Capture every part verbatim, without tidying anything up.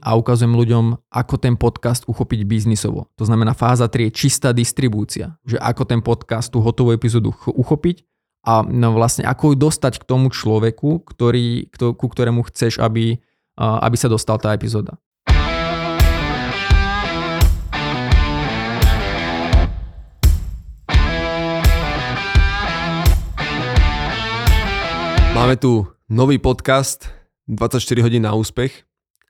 a ukazujem ľuďom, ako ten podcast uchopiť biznisovo. To znamená, fáza tri je čistá distribúcia, že ako ten podcast, tú hotovú epizódu uchopiť a no vlastne ako ju dostať k tomu človeku, ktorý, ku ktorému chceš, aby, aby sa dostal tá epizóda. Máme tu nový podcast dvadsaťštyri hodín na úspech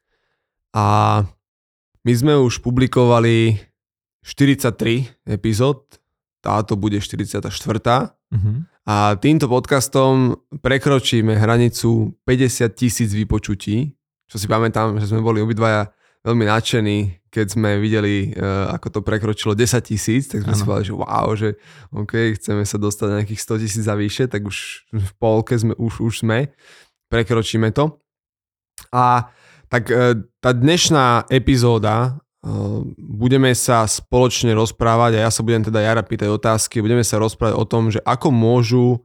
a my sme už publikovali štyridsaťtri epizód, táto bude štyridsiata štvrtá Uh-huh. A týmto podcastom prekročíme hranicu päťdesiat tisíc vypočutí, čo si pamätám, že sme boli obidvaja veľmi nadšení, keď sme videli, ako to prekročilo desať tisíc, tak sme ano. si povedali, že wow, že OK, chceme sa dostať na nejakých sto tisíc a vyššie, tak už v polke sme, už, už sme, prekročíme to. A tak tá dnešná epizóda, budeme sa spoločne rozprávať a ja sa budem teda Jara pýtať otázky, budeme sa rozprávať o tom, že ako môžu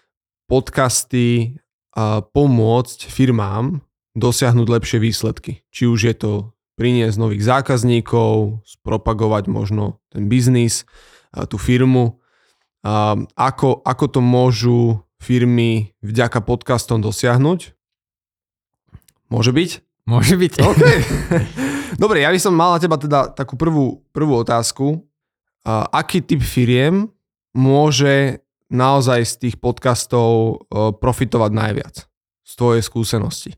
podcasty pomôcť firmám dosiahnuť lepšie výsledky. Či už je to priniesť nových zákazníkov, spropagovať možno ten biznis, tú firmu. Ako, ako to môžu firmy vďaka podcastom dosiahnuť? Môže byť? Môže byť. Okay. Dobre, ja by som mal na teba teda takú prvú, prvú otázku. Aký typ firiem môže naozaj z tých podcastov profitovať najviac? Z tvojej skúsenosti.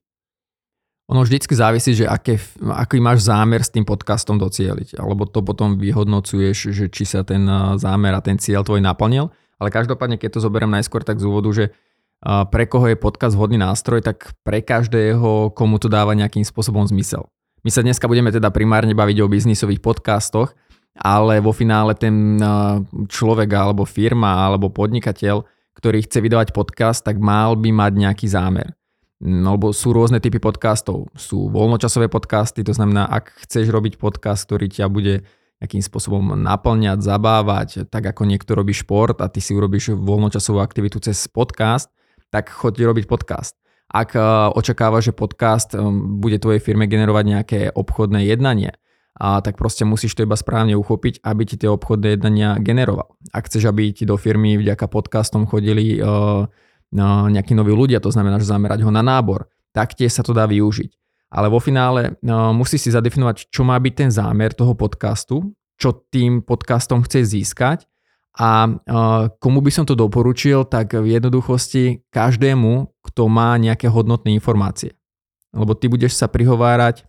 Ono vždycky závisí, že aké, aký máš zámer s tým podcastom docieliť. Alebo to potom vyhodnocuješ, že či sa ten zámer a ten cieľ tvoj naplnil. Ale každopádne, keď to zoberiem najskôr tak z úvodu, že pre koho je podcast vhodný nástroj, tak pre každého, komu to dáva nejakým spôsobom zmysel. My sa dneska budeme teda primárne baviť o biznisových podcastoch, ale vo finále ten človek alebo firma alebo podnikateľ, ktorý chce vydávať podcast, tak mal by mať nejaký zámer. No, lebo sú rôzne typy podcastov. Sú voľnočasové podcasty, to znamená, ak chceš robiť podcast, ktorý ťa bude nejakým spôsobom naplňať, zabávať, tak ako niekto robí šport a ty si urobíš voľnočasovú aktivitu cez podcast, tak choď robiť podcast. Ak očakávaš, že podcast bude tvojej firme generovať nejaké obchodné jednanie, a tak proste musíš to iba správne uchopiť, aby ti tie obchodné jednania generoval. Ak chceš, aby ti do firmy vďaka podcastom chodili uh, nejakí noví ľudia, to znamená, že zamerať ho na nábor, tak tiež sa to dá využiť. Ale vo finále uh, musíš si zadefinovať, čo má byť ten zámer toho podcastu, čo tým podcastom chce získať. A komu by som to doporučil, tak v jednoduchosti každému, kto má nejaké hodnotné informácie. Lebo ty budeš sa prihovárať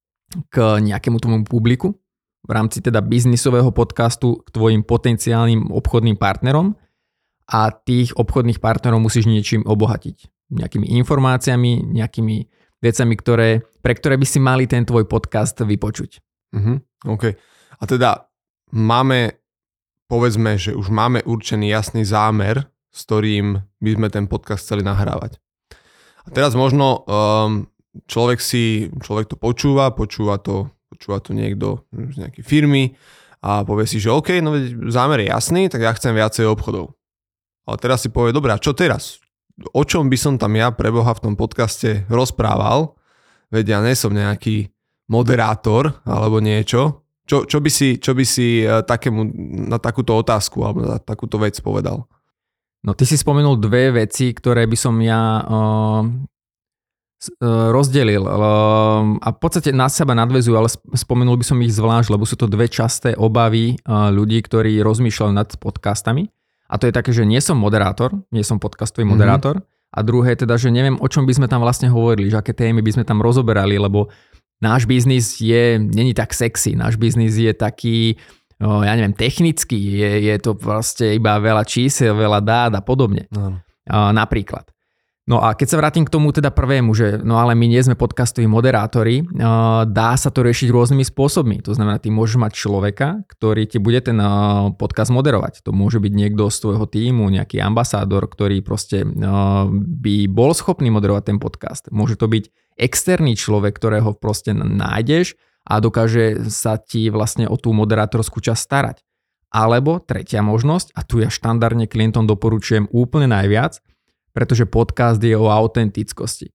k nejakému tomu publiku v rámci teda biznisového podcastu k tvojim potenciálnym obchodným partnerom a tých obchodných partnerov musíš niečím obohatiť. Nejakými informáciami, nejakými vecami, ktoré, pre ktoré by si mali ten tvoj podcast vypočuť. Uh-huh. OK. A teda máme... Povedzme, že už máme určený jasný zámer, s ktorým by sme ten podcast chceli nahrávať. A teraz možno um, človek si, človek to počúva, počúva to, počúva to niekto z nejakej firmy a povie si, že OK, no zámer je jasný, tak ja chcem viacej obchodov. Ale teraz si povie, dobré, a čo teraz? O čom by som tam ja pre Boha v tom podcaste rozprával? Veď ja nie som nejaký moderátor alebo niečo. Čo, čo by si, čo by si takému, na takúto otázku alebo na takúto vec povedal? No ty si spomenul dve veci, ktoré by som ja uh, rozdelil uh, a v podstate na seba nadväzujú, ale spomenul by som ich zvlášť, lebo sú to dve časté obavy uh, ľudí, ktorí rozmýšľajú nad podcastami. A to je také, že nie som moderátor, nie som podcastový mm-hmm. moderátor. A druhé teda, že neviem, o čom by sme tam vlastne hovorili, že aké témy by sme tam rozoberali, lebo náš biznis je, není tak sexy, náš biznis je taký, ja neviem, technický, je, je to proste iba veľa čísel, veľa dát a podobne. No. Napríklad. No a keď sa vrátim k tomu teda prvému, že no ale my nie sme podcastoví moderátori, dá sa to riešiť rôznymi spôsobmi. To znamená, ty môžeš mať človeka, ktorý ti bude ten podcast moderovať. To môže byť niekto z tvojho tímu, nejaký ambasádor, ktorý proste by bol schopný moderovať ten podcast. Môže to byť externý človek, ktorého proste nájdeš a dokáže sa ti vlastne o tú moderátorskú časť starať. Alebo tretia možnosť, a tu ja štandardne klientom doporučujem úplne najviac, pretože podcast je o autentickosti.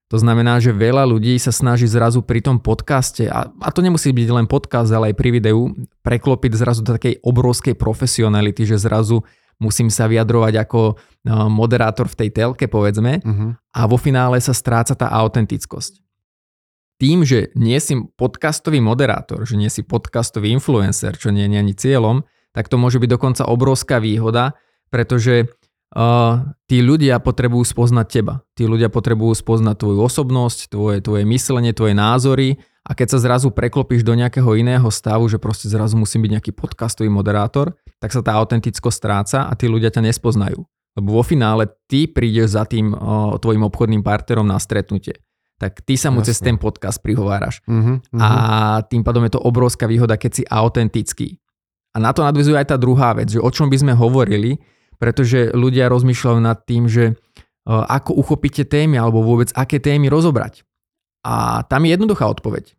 To znamená, že veľa ľudí sa snaží zrazu pri tom podcaste, a, a to nemusí byť len podcast, ale aj pri videu, preklopiť zrazu do takej obrovskej profesionality, že zrazu musím sa vyjadrovať ako moderátor v tej telke, povedzme, uh-huh. a vo finále sa stráca tá autentickosť. Tým, že nie si podcastový moderátor, že nie si podcastový influencer, čo nie je ani cieľom, tak to môže byť dokonca obrovská výhoda, pretože Uh, tí ľudia potrebujú spoznať teba. Tí ľudia potrebujú spoznať tvoju osobnosť, tvoje, tvoje myslenie, tvoje názory, a keď sa zrazu preklopíš do nejakého iného stavu, že proste zrazu musím byť nejaký podcastový moderátor, tak sa tá autentickosť stráca a tí ľudia ťa nespoznajú. Lebo vo finále ty prídeš za tým uh, tvojim obchodným partnerom na stretnutie. Tak ty sa mu Jasne. Cez ten podcast prihováraš. Uh-huh, uh-huh. A tým pádom je to obrovská výhoda, keď si autentický. A na to nadväzuje aj tá druhá vec, že o čom by sme hovorili, pretože ľudia rozmýšľajú nad tým, že ako uchopíte témy alebo vôbec aké témy rozobrať. A tam je jednoduchá odpoveď.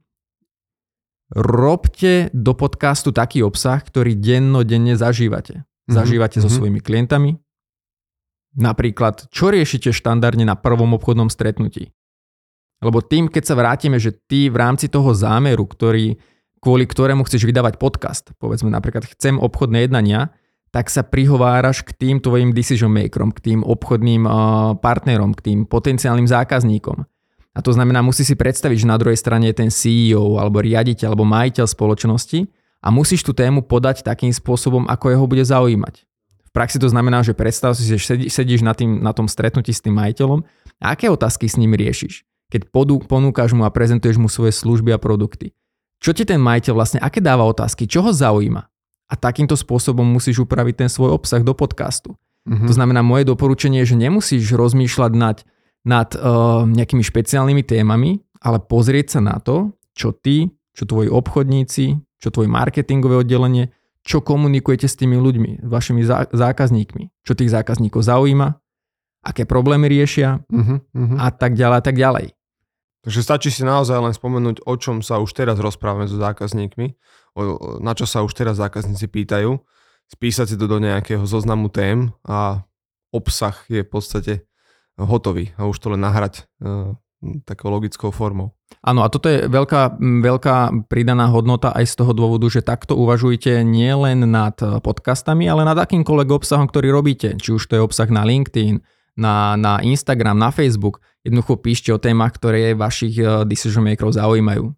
Robte do podcastu taký obsah, ktorý dennodenne zažívate. Zažívate mm-hmm. so svojimi klientami. Napríklad, čo riešite štandardne na prvom obchodnom stretnutí. Lebo tým, keď sa vrátime, že ty v rámci toho zámeru, ktorý, kvôli ktorému chceš vydávať podcast, povedzme napríklad chcem obchodné jednania, tak sa prihováraš k tým tvojim decision makerom, k tým obchodným uh, partnerom, k tým potenciálnym zákazníkom. A to znamená, musí si predstaviť, že na druhej strane je ten sí í ó alebo riaditeľ alebo majiteľ spoločnosti a musíš tú tému podať takým spôsobom, ako jeho bude zaujímať. V praxi to znamená, že predstav si, že sedíš na, tým, na tom stretnutí s tým majiteľom a aké otázky s ním riešiš, keď podú, ponúkaš mu a prezentuješ mu svoje služby a produkty. Čo ti ten majiteľ vlastne, aké dáva otázky, čo ho zaujíma? A takýmto spôsobom musíš upraviť ten svoj obsah do podcastu. Mm-hmm. To znamená, moje doporučenie je, že nemusíš rozmýšľať nad, nad uh, nejakými špeciálnymi témami, ale pozrieť sa na to, čo ty, čo tvoji obchodníci, čo tvoje marketingové oddelenie, čo komunikujete s tými ľuďmi, vašimi zá, zákazníkmi, čo tých zákazníkov zaujíma, aké problémy riešia mm-hmm. a tak ďalej a tak ďalej. Takže stačí si naozaj len spomenúť, o čom sa už teraz rozprávame so zákazníkmi, o, na čo sa už teraz zákazníci pýtajú, spísať si to do nejakého zoznamu tém a obsah je v podstate hotový a už to len nahrať e, takou logickou formou. Áno, a toto je veľká, veľká pridaná hodnota aj z toho dôvodu, že takto uvažujete nielen nad podcastami, ale nad akýmkoľvek obsahom, ktorý robíte. Či už to je obsah na LinkedIn, na, na Instagram, na Facebook. Jednoducho píšte o témach, ktoré vašich decision makerov zaujímajú.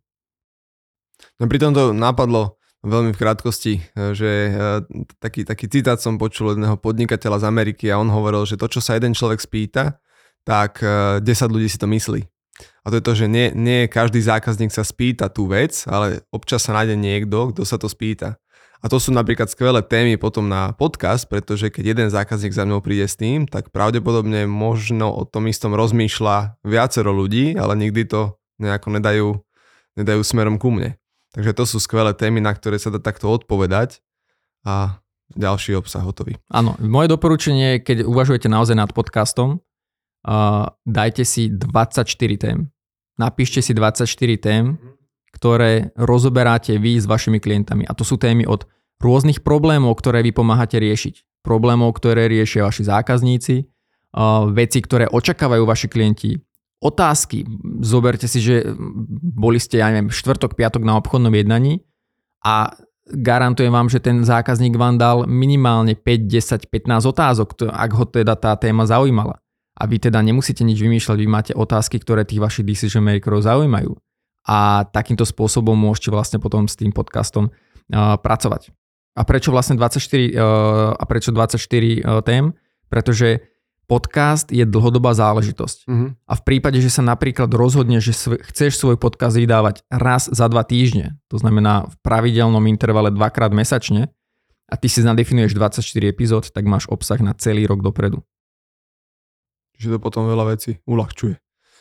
No pri tomto napadlo veľmi v krátkosti, že taký, taký citát som počul od jedného podnikateľa z Ameriky a on hovoril, že to, čo sa jeden človek spýta, tak desať ľudí si to myslí. A to je to, že nie, nie každý zákazník sa spýta tú vec, ale občas sa nájde niekto, kto sa to spýta. A to sú napríklad skvelé témy potom na podcast, pretože keď jeden zákazník za mnou príde s tým, tak pravdepodobne možno o tom istom rozmýšľa viacero ľudí, ale nikdy to nejako nedajú, nedajú smerom ku mne. Takže to sú skvelé témy, na ktoré sa dá takto odpovedať a ďalší obsah hotový. Áno, moje doporučenie je, keď uvažujete naozaj nad podcastom, uh, dajte si dvadsaťštyri tém. Napíšte si dvadsaťštyri tém, ktoré rozoberáte vy s vašimi klientami. A to sú témy od rôznych problémov, ktoré vy pomáhate riešiť. Problémov, ktoré riešia vaši zákazníci, uh, veci, ktoré očakávajú vaši klienti, otázky. Zoberte si, že boli ste, ja neviem, štvrtok, piatok na obchodnom jednaní a garantujem vám, že ten zákazník vám dal minimálne päť, desať, pätnásť otázok, ak ho teda tá téma zaujímala. A vy teda nemusíte nič vymýšľať, vy máte otázky, ktoré tých vašich decision makerov zaujímajú. A takýmto spôsobom môžete vlastne potom s tým podcastom uh, pracovať. A prečo vlastne dvadsaťštyri, uh, a prečo dvadsaťštyri uh, tém? Pretože podcast je dlhodobá záležitosť. Uh-huh. A v prípade, že sa napríklad rozhodne, že sv- chceš svoj podcast vydávať raz za dva týždne, to znamená v pravidelnom intervale dvakrát mesačne, a ty si nadefinuješ dvadsaťštyri epizód, tak máš obsah na celý rok dopredu. Čiže to potom veľa vecí uľahčuje.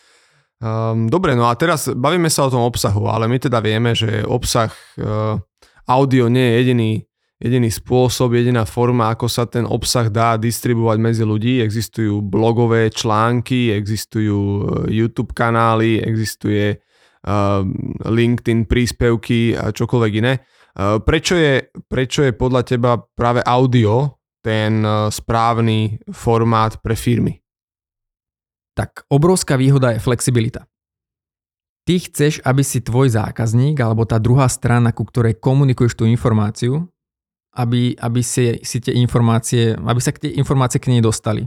Um, dobre, no a teraz bavíme sa o tom obsahu, ale my teda vieme, že obsah uh, audio nie je jediný, jediný spôsob, jediná forma, ako sa ten obsah dá distribuovať medzi ľudí. Existujú blogové články, existujú YouTube kanály, existuje uh, LinkedIn príspevky a čokoľvek iné. Uh, prečo, je, prečo je podľa teba práve audio ten uh, správny formát pre firmy? tak obrovská výhoda je flexibilita. Ty chceš, aby si tvoj zákazník alebo tá druhá strana, ku ktorej komunikuješ tú informáciu, aby, aby, si, si tie informácie, aby sa tie informácie k nej dostali.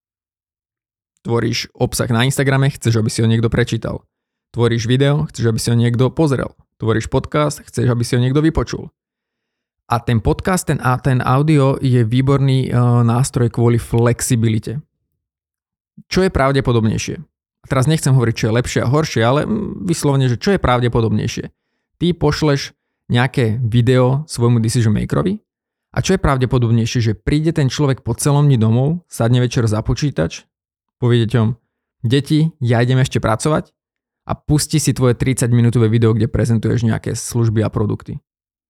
Tvoríš obsah na Instagrame, chceš, aby si ho niekto prečítal. Tvoríš video, chceš, aby si ho niekto pozrel. Tvoríš podcast, chceš, aby si ho niekto vypočul. A ten podcast, ten, ten audio je výborný uh, nástroj kvôli flexibilite. Čo je pravdepodobnejšie? Teraz nechcem hovoriť, čo je lepšie a horšie, ale vyslovene, že čo je pravdepodobnejšie? Ty pošleš nejaké video svojmu decision makerovi a čo je pravdepodobnejšie, že príde ten človek po celom dni domov, sadne večer za počítač, povie deťom, deti, ja idem ešte pracovať a pustí si tvoje tridsaťminútové video, kde prezentuješ nejaké služby a produkty.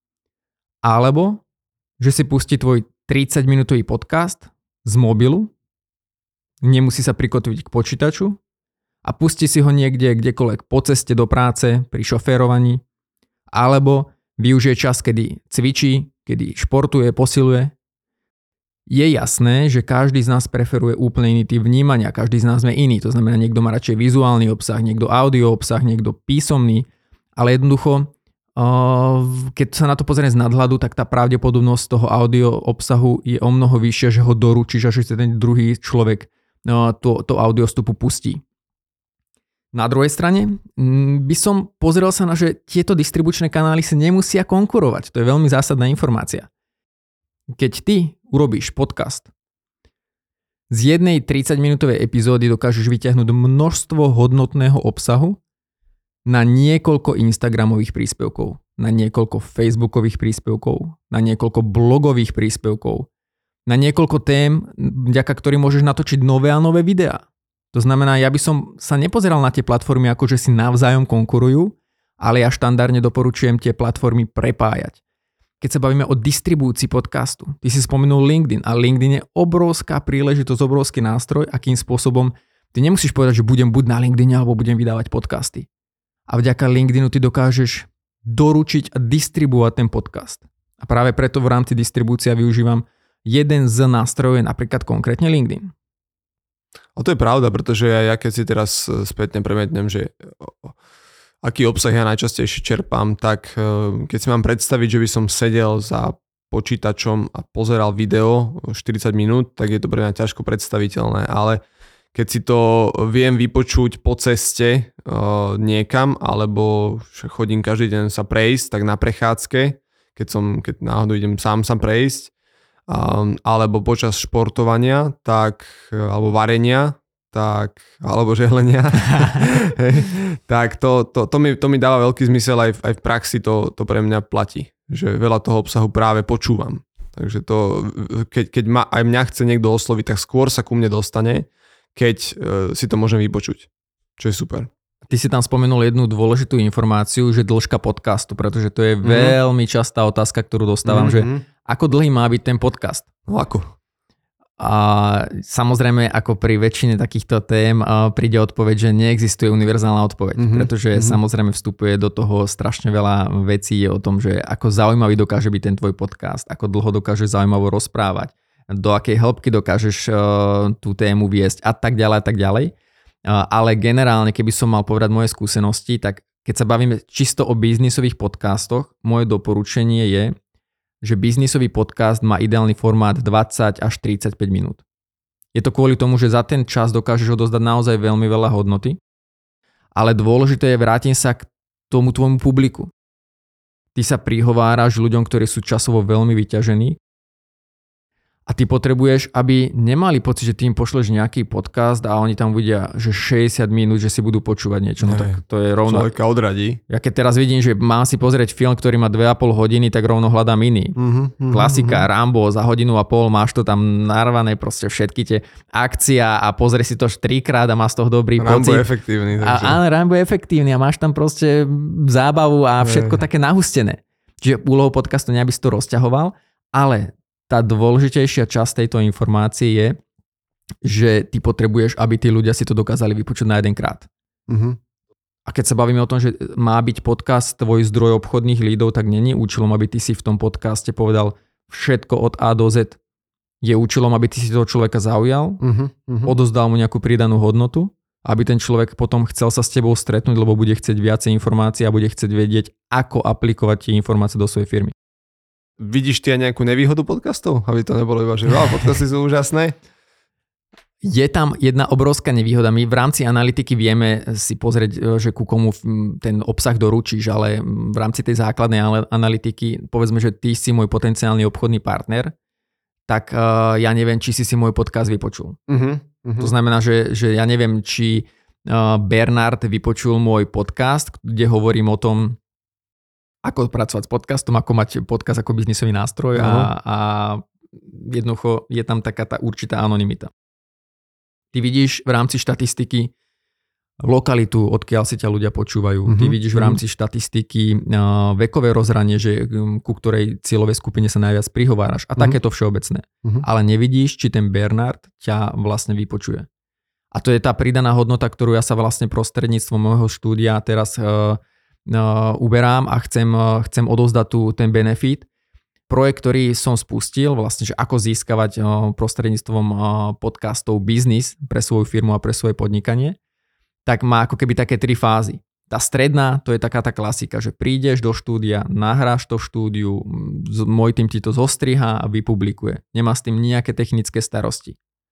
Alebo, že si pustí tvoj tridsaťminútový podcast z mobilu, nemusí sa prikotviť k počítaču a pustí si ho niekde, kdekoľvek po ceste do práce, pri šoférovaní, alebo využije čas, kedy cvičí, kedy športuje, posiluje. Je jasné, že každý z nás preferuje úplne iný typ vnímania, každý z nás sme iný, to znamená, niekto má radšej vizuálny obsah, niekto audio obsah, niekto písomný, ale jednoducho, keď sa na to pozrieme z nadhľadu, tak tá pravdepodobnosť toho audio obsahu je o mnoho vyššia, že ho doručíš a že ten druhý človek to, to audio vstupu pustí. Na druhej strane by som pozrel sa na, že tieto distribučné kanály si nemusia konkurovať. To je veľmi zásadná informácia. Keď ty urobíš podcast, z jednej tridsaťminútovej epizódy dokážeš vyťahnuť množstvo hodnotného obsahu na niekoľko Instagramových príspevkov, na niekoľko Facebookových príspevkov, na niekoľko blogových príspevkov, na niekoľko tém, vďaka ktorým môžeš natočiť nové a nové videá. To znamená, ja by som sa nepozeral na tie platformy ako, že si navzájom konkurujú, ale ja štandardne doporučujem tie platformy prepájať. Keď sa bavíme o distribúcii podcastu, ty si spomenul LinkedIn a LinkedIn je obrovská príležitosť, obrovský nástroj, akým spôsobom ty nemusíš povedať, že budem buď na LinkedIn alebo budem vydávať podcasty. A vďaka LinkedInu ty dokážeš doručiť a distribuovať ten podcast. A práve preto v rámci distribúcia využívam jeden z nástrojov, napríklad konkrétne LinkedIn. A to je pravda, pretože ja, ja keď si teraz spätne premietnem, že aký obsah ja najčastejšie čerpám, tak keď si mám predstaviť, že by som sedel za počítačom a pozeral video štyridsať minút, tak je to pre mňa ťažko predstaviteľné, ale keď si to viem vypočuť po ceste uh, niekam, alebo chodím každý deň sa prejsť, tak na prechádzke, keď, som, keď náhodou idem sám sa prejsť, um, alebo počas športovania, tak, alebo varenia, tak, alebo žehlenia, tak to, to, to, mi, to mi dáva veľký zmysel, aj v, aj v praxi to, to pre mňa platí, že veľa toho obsahu práve počúvam. Takže to, keď, keď ma, aj mňa chce niekto osloviť, tak skôr sa ku mne dostane, keď uh, si to môžem vypočuť, čo je super. Ty si tam spomenul jednu dôležitú informáciu, že dĺžka podcastu, pretože to je mm. veľmi častá otázka, ktorú dostávam, mm-hmm. že ako dlhý má byť ten podcast? No ako? A samozrejme, ako pri väčšine takýchto tém príde odpoveď, že neexistuje univerzálna odpoveď, mm-hmm. pretože mm-hmm. samozrejme vstupuje do toho strašne veľa vecí o tom, že ako zaujímavý dokáže byť ten tvoj podcast, ako dlho dokáže zaujímavo rozprávať, do akej hĺbky dokážeš uh, tú tému viesť a tak ďalej a tak ďalej. Uh, ale generálne, keby som mal povedať moje skúsenosti, tak keď sa bavíme čisto o biznisových podcastoch, moje doporučenie je, že biznisový podcast má ideálny formát dvadsať až tridsaťpäť minút. Je to kvôli tomu, že za ten čas dokážeš odozdať naozaj veľmi veľa hodnoty, ale dôležité je vrátiť sa k tomu tvojmu publiku. Ty sa prihováraš ľuďom, ktorí sú časovo veľmi vyťažení, a ty potrebuješ, aby nemali pocit, že ty im pošleš nejaký podcast a oni tam vidia, že šesťdesiat minút, že si budú počúvať niečo. No tak to je rovno. Človeka odradí. Ja keď teraz vidím, že mám si pozrieť film, ktorý má dve a pol hodiny, tak rovno hľadám iný. Mm-hmm, Klasika, mm-hmm. Rambo, za hodinu a pol máš to tam narvané, proste všetky tie akcia a pozrie si to trikrát a má z toho dobrý Rambo pocit. Rambo je efektívny. A, áno, Rambo je efektívny a máš tam proste zábavu a všetko je. Také nahustené. Čiže úlohou podcastu nie, aby si to rozťahoval, ale tá dôležitejšia časť tejto informácie je, že ty potrebuješ, aby tí ľudia si to dokázali vypočuť na jeden krát. Uh-huh. A keď sa bavíme o tom, že má byť podcast tvoj zdroj obchodných lídov, tak nie je účelom, aby ty si v tom podcaste povedal všetko od A do Z. Je účelom, aby ty si toho človeka zaujal, uh-huh. Uh-huh. odozdal mu nejakú pridanú hodnotu aby ten človek potom chcel sa s tebou stretnúť, lebo bude chcieť viacej informácií a bude chcieť vedieť, ako aplikovať tie informácie do svojej firmy. Vidíš ty aj nejakú nevýhodu podcastov? Aby to nebolo iba, že wow, podcasty sú úžasné. Je tam jedna obrovská nevýhoda. My v rámci analytiky vieme si pozrieť, že ku komu ten obsah doručíš, ale v rámci tej základnej analytiky, povedzme, že ty si môj potenciálny obchodný partner, tak uh, ja neviem, či si si môj podcast vypočul. Uh-huh, uh-huh. To znamená, že, že ja neviem, či uh, Bernard vypočul môj podcast, kde hovorím o tom, ako pracovať s podcastom, ako mať podcast ako biznisový nástroj uh-huh. a, a jednoducho je tam taká tá určitá anonymita. Ty vidíš v rámci štatistiky lokalitu, odkiaľ si ťa ľudia počúvajú. Mm-hmm. Ty vidíš v rámci štatistiky uh, vekové rozhranie, že um, ku ktorej cieľovej skupine sa najviac prihováraš. A mm-hmm. takéto všeobecné. Mm-hmm. Ale nevidíš, či ten Bernard ťa vlastne vypočuje. A to je tá pridaná hodnota, ktorú ja sa vlastne prostredníctvom môjho štúdia teraz uh, uh, uberám a chcem, uh, chcem odovzdať tu ten benefit. Projekt, ktorý som spustil, vlastne, že ako získavať prostredníctvom podcastov biznis pre svoju firmu a pre svoje podnikanie, tak má ako keby také tri fázy. Tá stredná, to je taká tá klasika, že prídeš do štúdia, nahráš to v štúdiu, môj tým ti to zostrihá a vypublikuje. Nemá s tým nejaké technické starosti.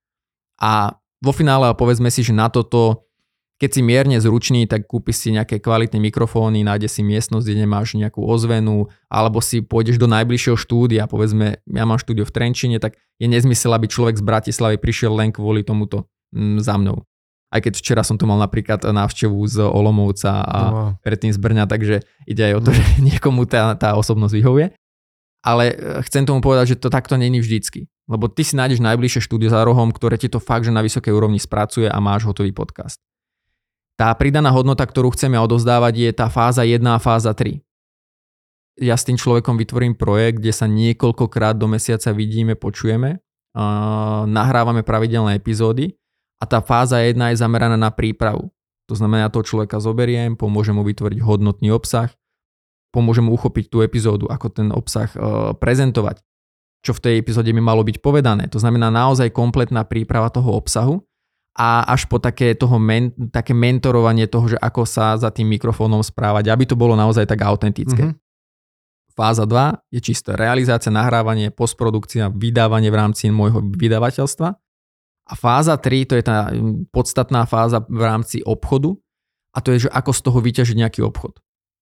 A vo finále povedzme si, že na toto, keď si mierne zručný, tak kúpiš si nejaké kvalitné mikrofóny, nájde si miestnosť, kde nemáš nejakú ozvenu, alebo si pôjdeš do najbližšieho štúdia. Povedzme, ja mám štúdio v Trenčine, tak je nezmysel, aby človek z Bratislavy prišiel len kvôli tomuto mm, za mnou. Aj keď včera som tu mal napríklad návštevu z Olomouca a no. predtým z Brňa, takže ide aj o to, že niekomu tá, tá osobnosť vyhovuje. Ale chcem tomu povedať, že to takto není vždycky. Lebo ty si nájdeš najbližšie štúdio za rohom, ktoré ti to fakt, že na vysokej úrovni spracuje a máš hotový podcast. Tá pridaná hodnota, ktorú chceme odovzdávať, je tá fáza jedna a fáza tri. Ja s tým človekom vytvorím projekt, kde sa niekoľkokrát do mesiaca vidíme, počujeme, uh, nahrávame pravidelné epizódy a tá fáza jedna je zameraná na prípravu. To znamená, toho človeka zoberiem, pomôžem mu vytvoriť hodnotný obsah, pomôžem mu uchopiť tú epizódu, ako ten obsah uh, prezentovať, čo v tej epizóde mi malo byť povedané. To znamená naozaj kompletná príprava toho obsahu, a až po také, toho men, také mentorovanie toho, že ako sa za tým mikrofónom správať, aby to bolo naozaj tak autentické. Mm-hmm. Fáza dva je čisté realizácia, nahrávanie, postprodukcia, vydávanie v rámci môjho vydavateľstva. A fáza tri, to je tá podstatná fáza v rámci obchodu a to je, že ako z toho vyťažiť nejaký obchod.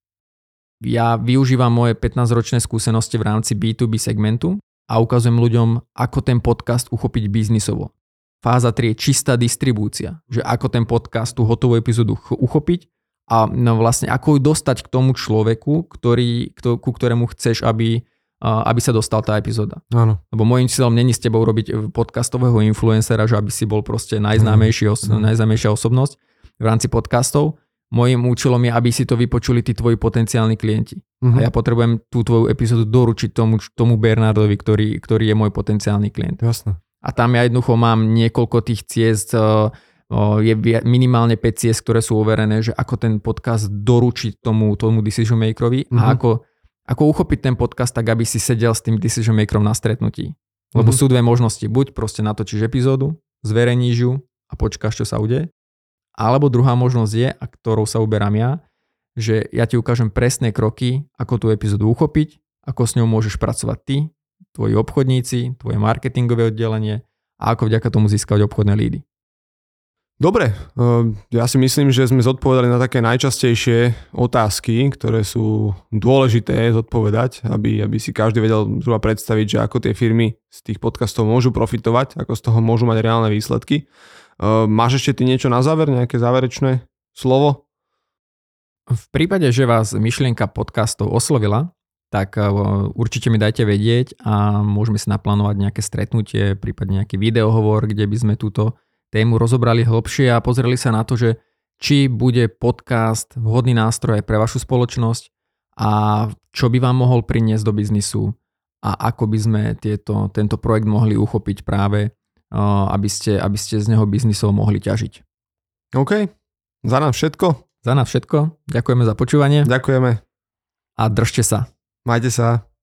Ja využívam moje pätnásťročné skúsenosti v rámci bé dva bé segmentu a ukazujem ľuďom, ako ten podcast uchopiť biznisovo. Fáza tri je čistá distribúcia, že ako ten podcast, tú hotovú epizódu uchopiť a no vlastne ako ju dostať k tomu človeku, ktorý, kto, ku ktorému chceš, aby, aby sa dostal tá epizóda. Áno. Lebo môjim cieľom není s tebou robiť podcastového influencera, že aby si bol proste najznámejší, os- mm. najznámejšia osobnosť v rámci podcastov. Mojím účelom je, aby si to vypočuli tí tvoji potenciálni klienti. Mm-hmm. A ja potrebujem tú tvoju epizódu doručiť tomu, tomu Bernardovi, ktorý, ktorý je môj potenciálny klient. Jasné. A tam ja jednoducho mám niekoľko tých ciest, je minimálne päť ciest, ktoré sú overené, že ako ten podcast doručiť tomu, tomu decision makerovi mm-hmm. a ako, ako uchopiť ten podcast tak, aby si sedel s tým decision makerom na stretnutí. Lebo mm-hmm. sú dve možnosti. Buď proste natočíš epizódu, zverejníš ju a počkáš, čo sa udeje. Alebo druhá možnosť je, a ktorou sa uberám ja, že ja ti ukážem presné kroky, ako tú epizódu uchopiť, ako s ňou môžeš pracovať ty, tvoji obchodníci, tvoje marketingové oddelenie a ako vďaka tomu získať obchodné lídy. Dobre, ja si myslím, že sme zodpovedali na také najčastejšie otázky, ktoré sú dôležité zodpovedať, aby, aby si každý vedel zhruba predstaviť, že ako tie firmy z tých podcastov môžu profitovať, ako z toho môžu mať reálne výsledky. Máš ešte ty niečo na záver, nejaké záverečné slovo? V prípade, že vás myšlienka podcastov oslovila, tak určite mi dajte vedieť a môžeme si naplánovať nejaké stretnutie, prípadne nejaký videohovor, kde by sme túto tému rozobrali hlbšie a pozreli sa na to, že či bude podcast vhodný nástroj pre vašu spoločnosť a čo by vám mohol priniesť do biznisu a ako by sme tieto, tento projekt mohli uchopiť práve, aby ste, aby ste z neho biznisov mohli ťažiť. OK, za nás všetko. Za nás všetko. Ďakujeme za počúvanie. Ďakujeme. A držte sa. Majte sa.